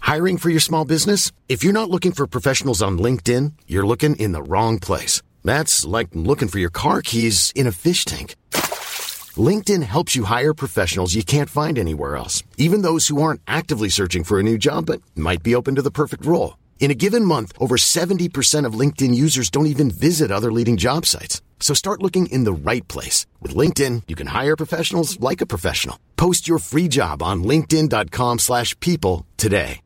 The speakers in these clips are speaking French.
Hiring for your small business? If you're not looking for professionals on LinkedIn, you're looking in the wrong place. That's like looking for your car keys in a fish tank. LinkedIn helps you hire professionals you can't find anywhere else, even those who aren't actively searching for a new job but might be open to the perfect role. In a given month, over 70% of LinkedIn users don't even visit other leading job sites. So start looking in the right place. With LinkedIn, you can hire professionals like a professional. Post your free job on linkedin.com/people today.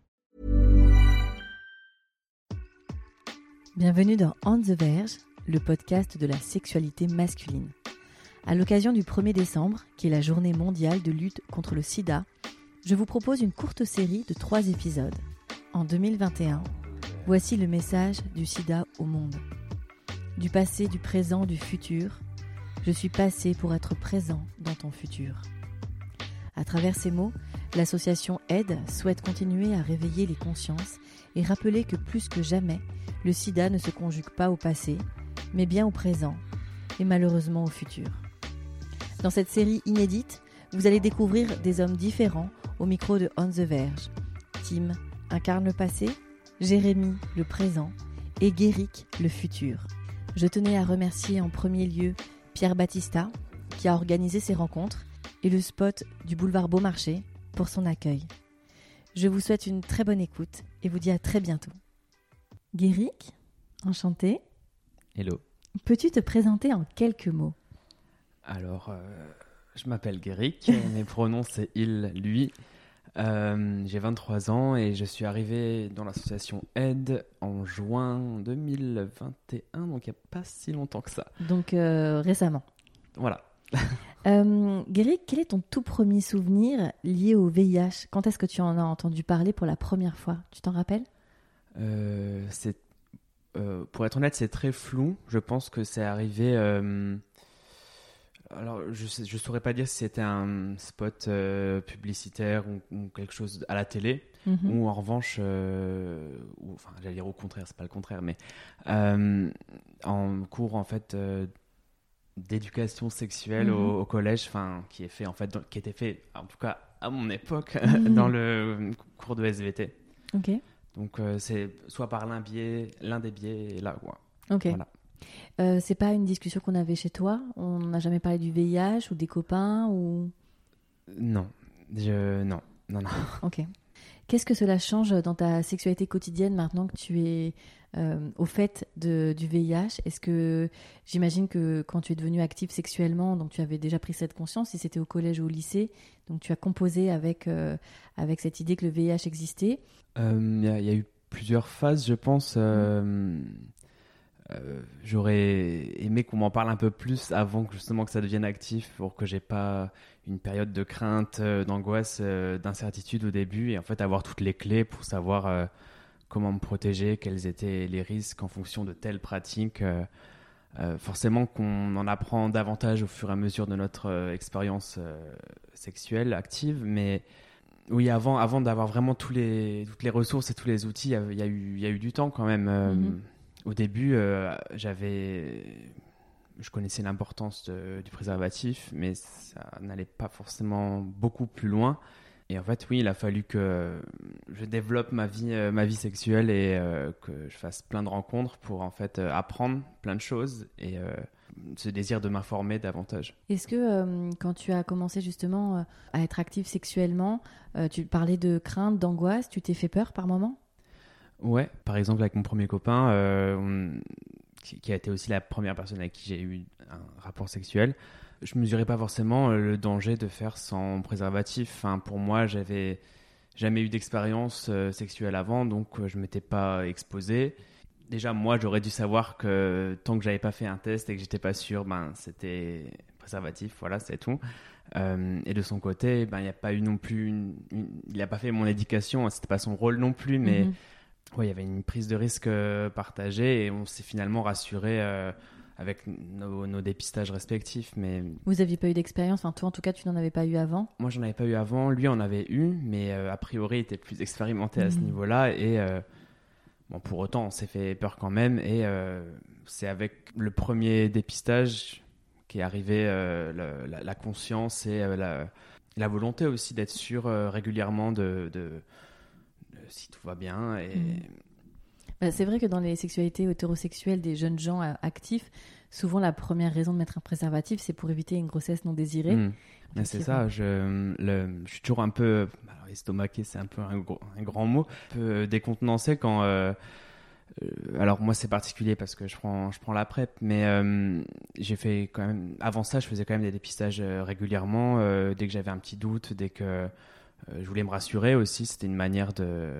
Bienvenue dans On the Verge, le podcast de la sexualité masculine. À l'occasion du 1er décembre, qui est la journée mondiale de lutte contre le sida, je vous propose une courte série de 3 épisodes. En 2021, voici le message du sida au monde. Du passé, du présent, du futur, je suis passé pour être présent dans ton futur. À travers ces mots, l'association AIDE souhaite continuer à réveiller les consciences et rappeler que plus que jamais, le sida ne se conjugue pas au passé, mais bien au présent et malheureusement au futur. Dans cette série inédite, vous allez découvrir des hommes différents au micro de On the Verge. Tim incarne le passé, Jérémy le présent et Guéric le futur. Je tenais à remercier en premier lieu Pierre Battista qui a organisé ces rencontres et le spot du boulevard Beaumarchais pour son accueil. Je vous souhaite une très bonne écoute et vous dis à très bientôt. Guéric, enchanté. Hello. Peux-tu te présenter en quelques mots ? Alors, je m'appelle Guéric, mes pronoms c'est il, lui. J'ai 23 ans et je suis arrivé dans l'association AIDE en juin 2021, donc il n'y a pas si longtemps que ça. Donc récemment. Voilà. Guéric, quel est ton tout premier souvenir lié au VIH ? Quand est-ce que tu en as entendu parler pour la première fois ? Tu t'en rappelles ? Pour être honnête, c'est très flou. Je pense que c'est arrivé... Alors, je saurais pas dire si c'était un spot publicitaire ou quelque chose à la télé, ou en revanche, j'allais dire au contraire, c'est pas le contraire, mais en cours en fait d'éducation sexuelle au collège, qui était fait en tout cas à mon époque dans le cours de SVT. Ok. Donc c'est soit par l'un des biais, et là, ouais. Ok. Voilà. C'est pas une discussion qu'on avait chez toi ? On n'a jamais parlé du VIH ou des copains ou... Non. Non. Ok. Qu'est-ce que cela change dans ta sexualité quotidienne maintenant que tu es au fait du VIH ? Est-ce que j'imagine que quand tu es devenu active sexuellement, donc tu avais déjà pris cette conscience, si c'était au collège ou au lycée, donc tu as composé avec cette idée que le VIH existait ? Il y a eu plusieurs phases, je pense. J'aurais aimé qu'on m'en parle un peu plus avant que justement que ça devienne actif, pour que j'ai pas une période de crainte, d'angoisse, d'incertitude au début, et en fait avoir toutes les clés pour savoir comment me protéger, quels étaient les risques en fonction de telles pratiques. Forcément qu'on en apprend davantage au fur et à mesure de notre expérience sexuelle active, mais oui, avant d'avoir vraiment toutes les ressources et tous les outils, il y a eu du temps quand même. Au début, je connaissais l'importance du préservatif, mais ça n'allait pas forcément beaucoup plus loin. Et en fait, oui, il a fallu que je développe ma vie sexuelle et que je fasse plein de rencontres pour en fait apprendre plein de choses et ce désir de m'informer davantage. Est-ce que quand tu as commencé justement à être active sexuellement, tu parlais de crainte, d'angoisse, tu t'es fait peur par moment ? Ouais, par exemple avec mon premier copain, qui a été aussi la première personne avec qui j'ai eu un rapport sexuel, je mesurais pas forcément le danger de faire sans préservatif. Enfin, pour moi, j'avais jamais eu d'expérience sexuelle avant, donc je m'étais pas exposé. Déjà, moi, j'aurais dû savoir que tant que j'avais pas fait un test et que j'étais pas sûr, c'était préservatif, voilà, c'est tout. Et de son côté, il n'y a pas eu non plus il n'a pas fait mon éducation, c'était pas son rôle non plus, mais ouais, il y avait une prise de risque partagée et on s'est finalement rassuré avec nos dépistages respectifs. Mais vous n'aviez pas eu d'expérience, enfin toi en tout cas tu n'en avais pas eu avant ? Moi j'en avais pas eu avant, lui en avait eu, mais a priori il était plus expérimenté à ce niveau-là et pour autant on s'est fait peur quand même et c'est avec le premier dépistage qu'est arrivé la conscience et la volonté aussi d'être sûr régulièrement si tout va bien. Et... C'est vrai que dans les sexualités hétérosexuelles des jeunes gens actifs, souvent la première raison de mettre un préservatif, c'est pour éviter une grossesse non désirée. C'est ça, je suis toujours un peu, alors estomaqué, c'est un peu un grand mot, un peu décontenancé quand... alors moi c'est particulier parce que je prends la PrEP, mais j'ai fait quand même, avant ça je faisais quand même des dépistages régulièrement, dès que j'avais un petit doute, dès que je voulais me rassurer aussi, c'était une manière de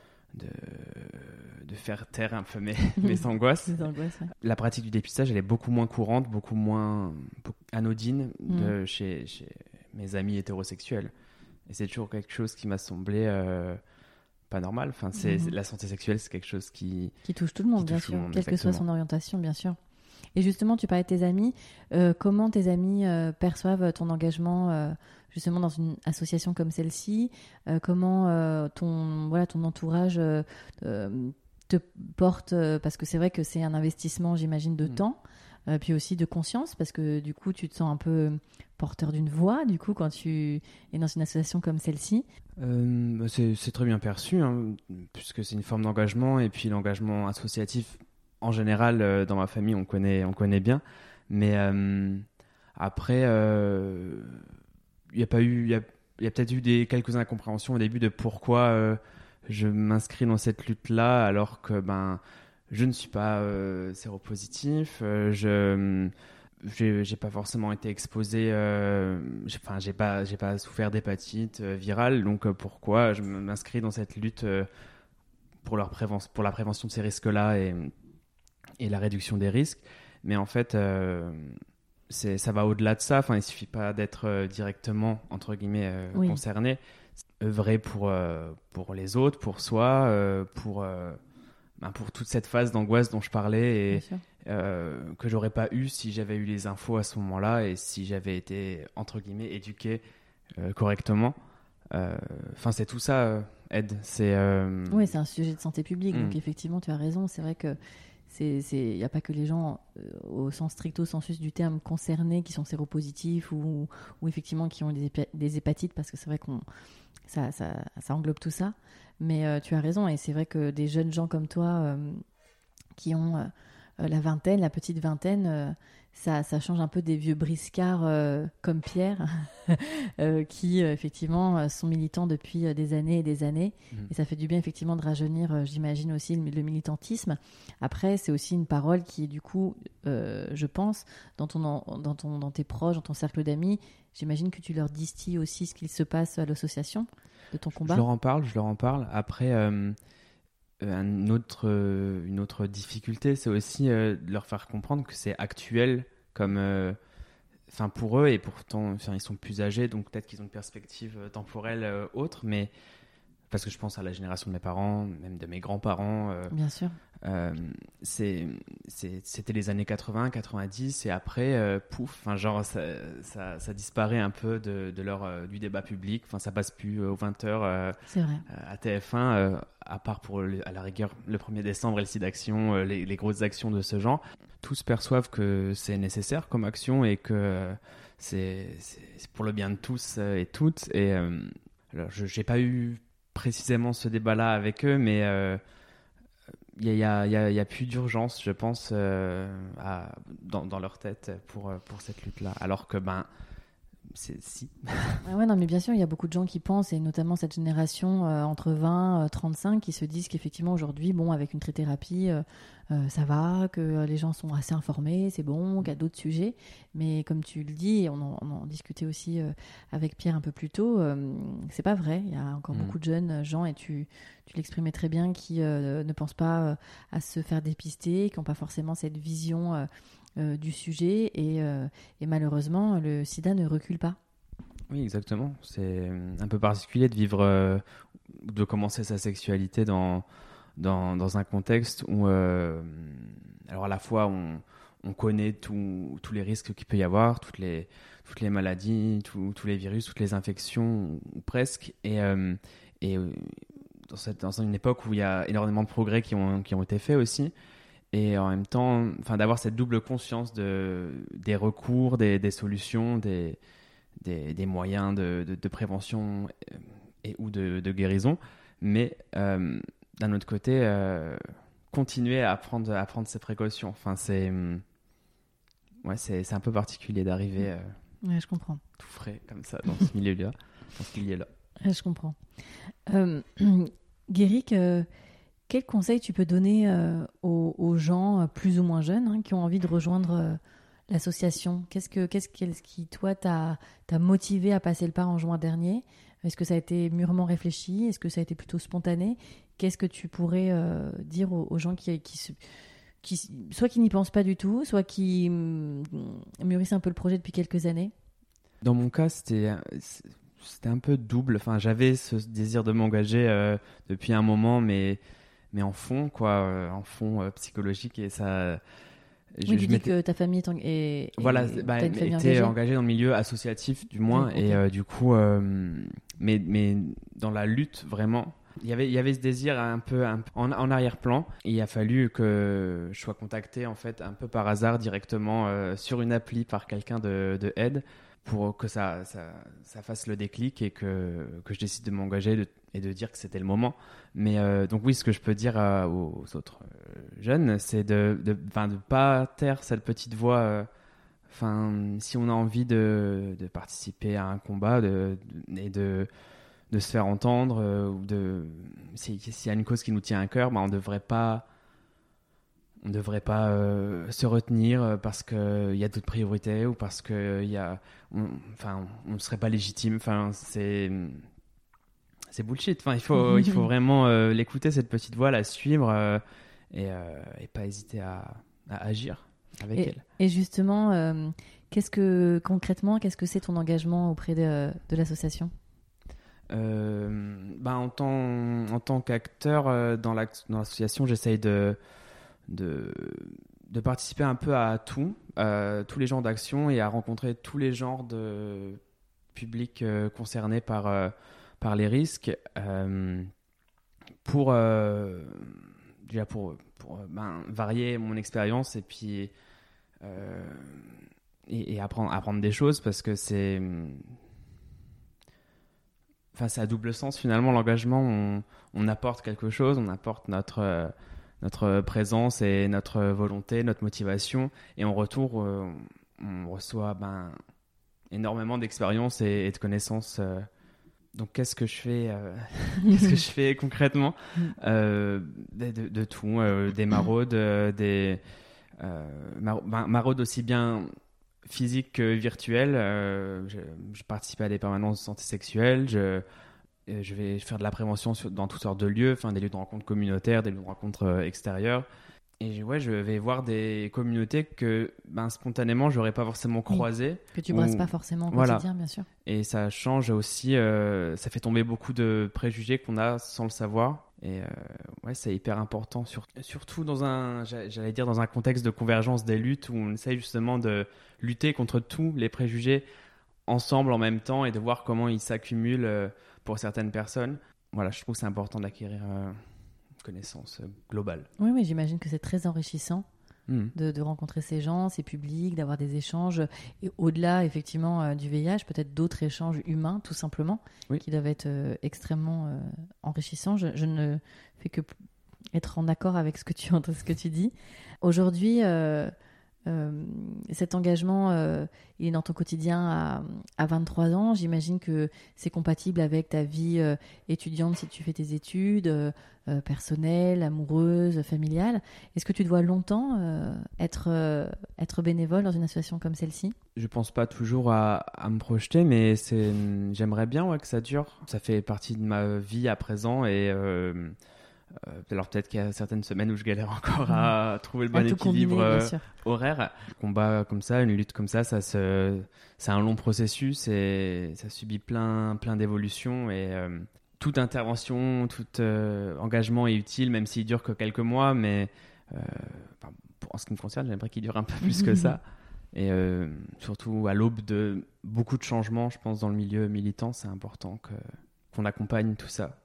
faire taire un peu mes angoisses. Ouais. La pratique du dépistage, elle est beaucoup moins courante, beaucoup moins anodine chez mes amis hétérosexuels. Et c'est toujours quelque chose qui m'a semblé pas normal. Enfin, la santé sexuelle, c'est quelque chose qui touche tout le monde, bien sûr, quelle que soit son orientation, bien sûr. Et justement, tu parlais de tes amis. Comment tes amis perçoivent ton engagement justement dans une association comme celle-ci? Comment ton entourage te porte, parce que c'est vrai que c'est un investissement, j'imagine, de temps, puis aussi de conscience, parce que du coup, tu te sens un peu porteur d'une voix, du coup, quand tu es dans une association comme celle-ci. C'est très bien perçu, hein, puisque c'est une forme d'engagement, et puis l'engagement associatif, en général, dans ma famille, on connaît bien. Mais après, il y a peut-être eu quelques incompréhensions au début de pourquoi je m'inscris dans cette lutte-là, alors que je ne suis pas séropositif. J'ai pas forcément été exposé. J'ai pas souffert d'hépatite virale. Donc pourquoi je m'inscris dans cette lutte pour la prévention de ces risques-là et la réduction des risques. Mais en fait, ça va au-delà de ça. Enfin, il suffit pas d'être directement, entre guillemets, concerné. Œuvrer pour les autres, pour soi, pour toute cette phase d'angoisse dont je parlais et que j'aurais pas eu si j'avais eu les infos à ce moment-là et si j'avais été, entre guillemets, éduqué correctement. Enfin, c'est tout ça, Ed. Oui, c'est un sujet de santé publique, donc effectivement, tu as raison. C'est vrai que il n'y a pas que les gens au sens stricto sensus du terme concernés qui sont séropositifs ou effectivement qui ont des hépatites, parce que c'est vrai qu'on ça englobe tout ça. Mais tu as raison, et c'est vrai que des jeunes gens comme toi qui ont la petite vingtaine, ça change un peu des vieux briscards comme Pierre qui effectivement sont militants depuis des années et des années, et ça fait du bien effectivement de rajeunir, j'imagine aussi le militantisme. Après, c'est aussi une parole qui du coup je pense dans tes proches, dans ton cercle d'amis, j'imagine que tu leur distilles aussi ce qu'il se passe à l'association de ton combat. Je leur en parle. Après, une autre difficulté, c'est aussi de leur faire comprendre que c'est actuel comme pour eux, et pourtant ils sont plus âgés, donc peut-être qu'ils ont une perspective temporelle autre, mais parce que je pense à la génération de mes parents, même de mes grands-parents. Bien sûr. C'était les années 80, 90, et après, pouf, ça disparaît un peu du débat public. Enfin, ça passe plus aux 20h à TF1, à part à la rigueur le 1er décembre et le site d'action, les grosses actions de ce genre. Tous perçoivent que c'est nécessaire comme action et que c'est pour le bien de tous et toutes. Et alors, je n'ai pas eu précisément ce débat-là avec eux, mais il y a plus d'urgence, je pense, dans leur tête pour cette lutte-là. Alors que, si. Ouais, non, mais bien sûr, il y a beaucoup de gens qui pensent, et notamment cette génération entre 20 et 35, qui se disent qu'effectivement, aujourd'hui, avec une trithérapie, ça va, que les gens sont assez informés, c'est bon, qu'il y a d'autres sujets. Mais comme tu le dis, on en discutait aussi avec Pierre un peu plus tôt, c'est pas vrai. Il y a encore beaucoup de jeunes gens, et tu l'exprimais très bien, qui ne pensent pas à se faire dépister, qui n'ont pas forcément cette vision du sujet, et malheureusement, le sida ne recule pas. Oui, exactement. C'est un peu particulier de vivre, de commencer sa sexualité dans un contexte où, alors à la fois, on connaît tous les risques qu'il peut y avoir, toutes les maladies, tous les virus, toutes les infections, ou presque, et dans une époque où il y a énormément de progrès qui ont été faits aussi, et en même temps, d'avoir cette double conscience des recours, des solutions, des moyens de prévention ou de guérison, mais d'un autre côté, continuer à prendre ses précautions. Enfin, c'est un peu particulier d'arriver Ouais, je comprends. tout frais comme ça dans ce milieu-là, dans ce milieu-là. Ouais, je comprends. Guéric, quel conseil tu peux donner aux gens plus ou moins jeunes qui ont envie de rejoindre l'association ? Qu'est-ce qui, toi, t'a motivé à passer le pas en juin dernier ? Est-ce que ça a été mûrement réfléchi ? Est-ce que ça a été plutôt spontané ? Qu'est-ce que tu pourrais dire aux gens qui soit qui n'y pensent pas du tout, soit qui mûrissent un peu le projet depuis quelques années ? Dans mon cas, c'était un peu double. Enfin, j'avais ce désir de m'engager depuis un moment, mais en fond, en fond psychologique. Et ça. Oui, tu dis que ta famille était engagée dans le milieu associatif, du moins. Oui, okay. Et du coup, mais dans la lutte, vraiment, il y avait ce désir un peu en arrière-plan. Et il a fallu que je sois contacté, en fait, un peu par hasard, directement sur une appli par quelqu'un de Aide, pour que ça fasse le déclic et que je décide de m'engager et de dire que c'était le moment. Mais donc oui, ce que je peux dire aux autres jeunes, c'est de pas taire cette petite voix. Si on a envie de participer à un combat et de se faire entendre, ou s'il y a une cause qui nous tient à cœur, on ne devrait pas se retenir parce qu'il y a d'autres priorités ou parce que on ne serait pas légitime. Enfin, c'est bullshit. Enfin, il faut vraiment l'écouter, cette petite voix, la suivre et pas hésiter à agir avec elle. Et justement, concrètement, qu'est-ce que c'est ton engagement auprès de l'association ? En tant qu'acteur dans l'association, j'essaye de participer un peu à tous les genres d'actions et à rencontrer tous les genres de publics concernés par les risques pour varier mon expérience et puis et apprendre des choses, parce que c'est à double sens finalement. L'engagement, on apporte quelque chose, on apporte notre présence et notre volonté, notre motivation, et en retour on reçoit énormément d'expérience et de connaissances. Donc qu'est-ce que je fais concrètement? De tout, des maraudes, maraudes aussi bien physiques que virtuelles. Je participe à des permanences de santé sexuelle, je vais faire de la prévention dans toutes sortes de lieux, des lieux de rencontres communautaires, des lieux de rencontres extérieures. Et je vais voir des communautés que spontanément, je n'aurais pas forcément croisées. Que tu ne brasses pas forcément au quotidien, bien sûr. Et ça change aussi, ça fait tomber beaucoup de préjugés qu'on a sans le savoir. Et c'est hyper important, surtout dans un contexte de convergence des luttes où on essaye justement de lutter contre tous les préjugés ensemble en même temps et de voir comment ils s'accumulent pour certaines personnes. Voilà, je trouve que c'est important d'acquérir une connaissance globale. Oui, j'imagine que c'est très enrichissant de rencontrer ces gens, ces publics, d'avoir des échanges. Et au-delà, effectivement, du VIH, peut-être d'autres échanges humains, tout simplement, qui doivent être extrêmement enrichissants. Je ne fais que être en accord avec ce que tu dis. Aujourd'hui, cet engagement, il est dans ton quotidien à 23 ans. J'imagine que c'est compatible avec ta vie étudiante si tu fais tes études, personnelle, amoureuse, familiale. Est-ce que tu dois longtemps être bénévole dans une association comme celle-ci ? Je pense pas toujours à me projeter, mais j'aimerais bien que ça dure. Ça fait partie de ma vie à présent et alors peut-être qu'il y a certaines semaines où je galère encore à trouver le bon équilibre horaire. Un combat comme ça, une lutte comme ça, c'est un long processus et ça subit plein d'évolutions, et toute intervention, tout engagement est utile, même s'il dure que quelques mois, mais en ce qui me concerne, j'aimerais qu'il dure un peu plus que ça. Et surtout à l'aube de beaucoup de changements, je pense, dans le milieu militant, c'est important qu'on accompagne tout ça.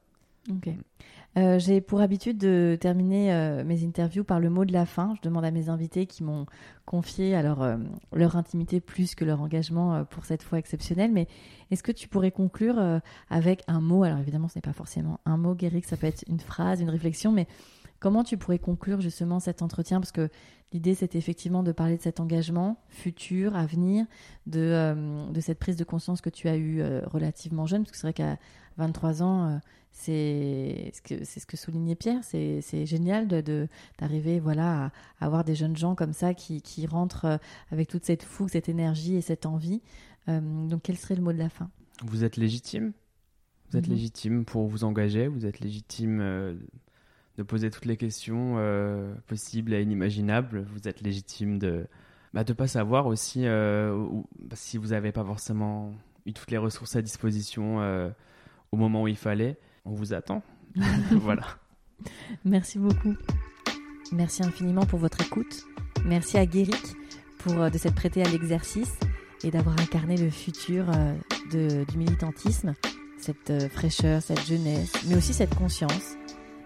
Ok. J'ai pour habitude de terminer mes interviews par le mot de la fin. Je demande à mes invités qui m'ont confié leur intimité plus que leur engagement pour cette fois exceptionnelle. Mais est-ce que tu pourrais conclure avec un mot? Alors évidemment, ce n'est pas forcément un mot, Guéric, ça peut être une phrase, une réflexion, mais comment tu pourrais conclure justement cet entretien? Parce que l'idée, c'était effectivement de parler de cet engagement futur, à venir, de cette prise de conscience que tu as eue relativement jeune, parce que c'est vrai qu'à 23 ans, c'est ce que soulignait Pierre, c'est génial d'arriver à avoir des jeunes gens comme ça qui rentrent avec toute cette fougue, cette énergie et cette envie. Donc quel serait le mot de la fin? Vous êtes légitime. Vous êtes légitime pour vous engager, vous êtes légitime de poser toutes les questions possibles et inimaginables. Vous êtes légitime de pas savoir aussi si vous n'avez pas forcément eu toutes les ressources à disposition au moment où il fallait. On vous attend. Voilà. Merci beaucoup. Merci infiniment pour votre écoute. Merci à Guéric de s'être prêté à l'exercice et d'avoir incarné le futur du militantisme, cette fraîcheur, cette jeunesse, mais aussi cette conscience,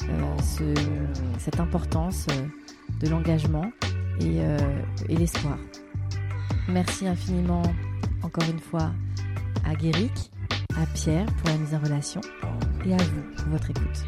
cette importance de l'engagement et l'espoir. Merci infiniment, encore une fois, à Guéric, à Pierre pour la mise en relation et à vous pour votre écoute.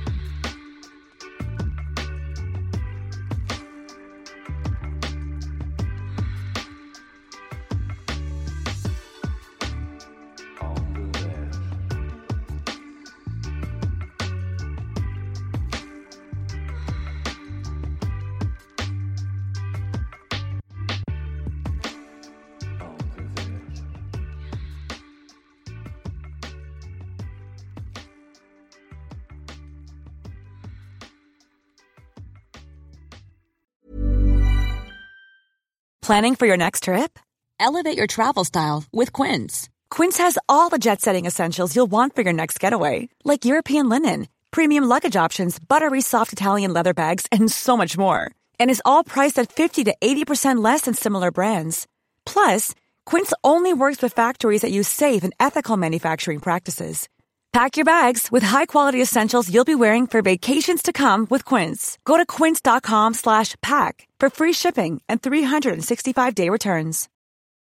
Planning for your next trip? Elevate your travel style with Quince. Quince has all the jet-setting essentials you'll want for your next getaway, like European linen, premium luggage options, buttery soft Italian leather bags, and so much more. And is all priced at 50 to 80% less than similar brands. Plus, Quince only works with factories that use safe and ethical manufacturing practices. Pack your bags with high-quality essentials you'll be wearing for vacations to come with Quince. Go to quince.com/pack for free shipping and 365-day returns.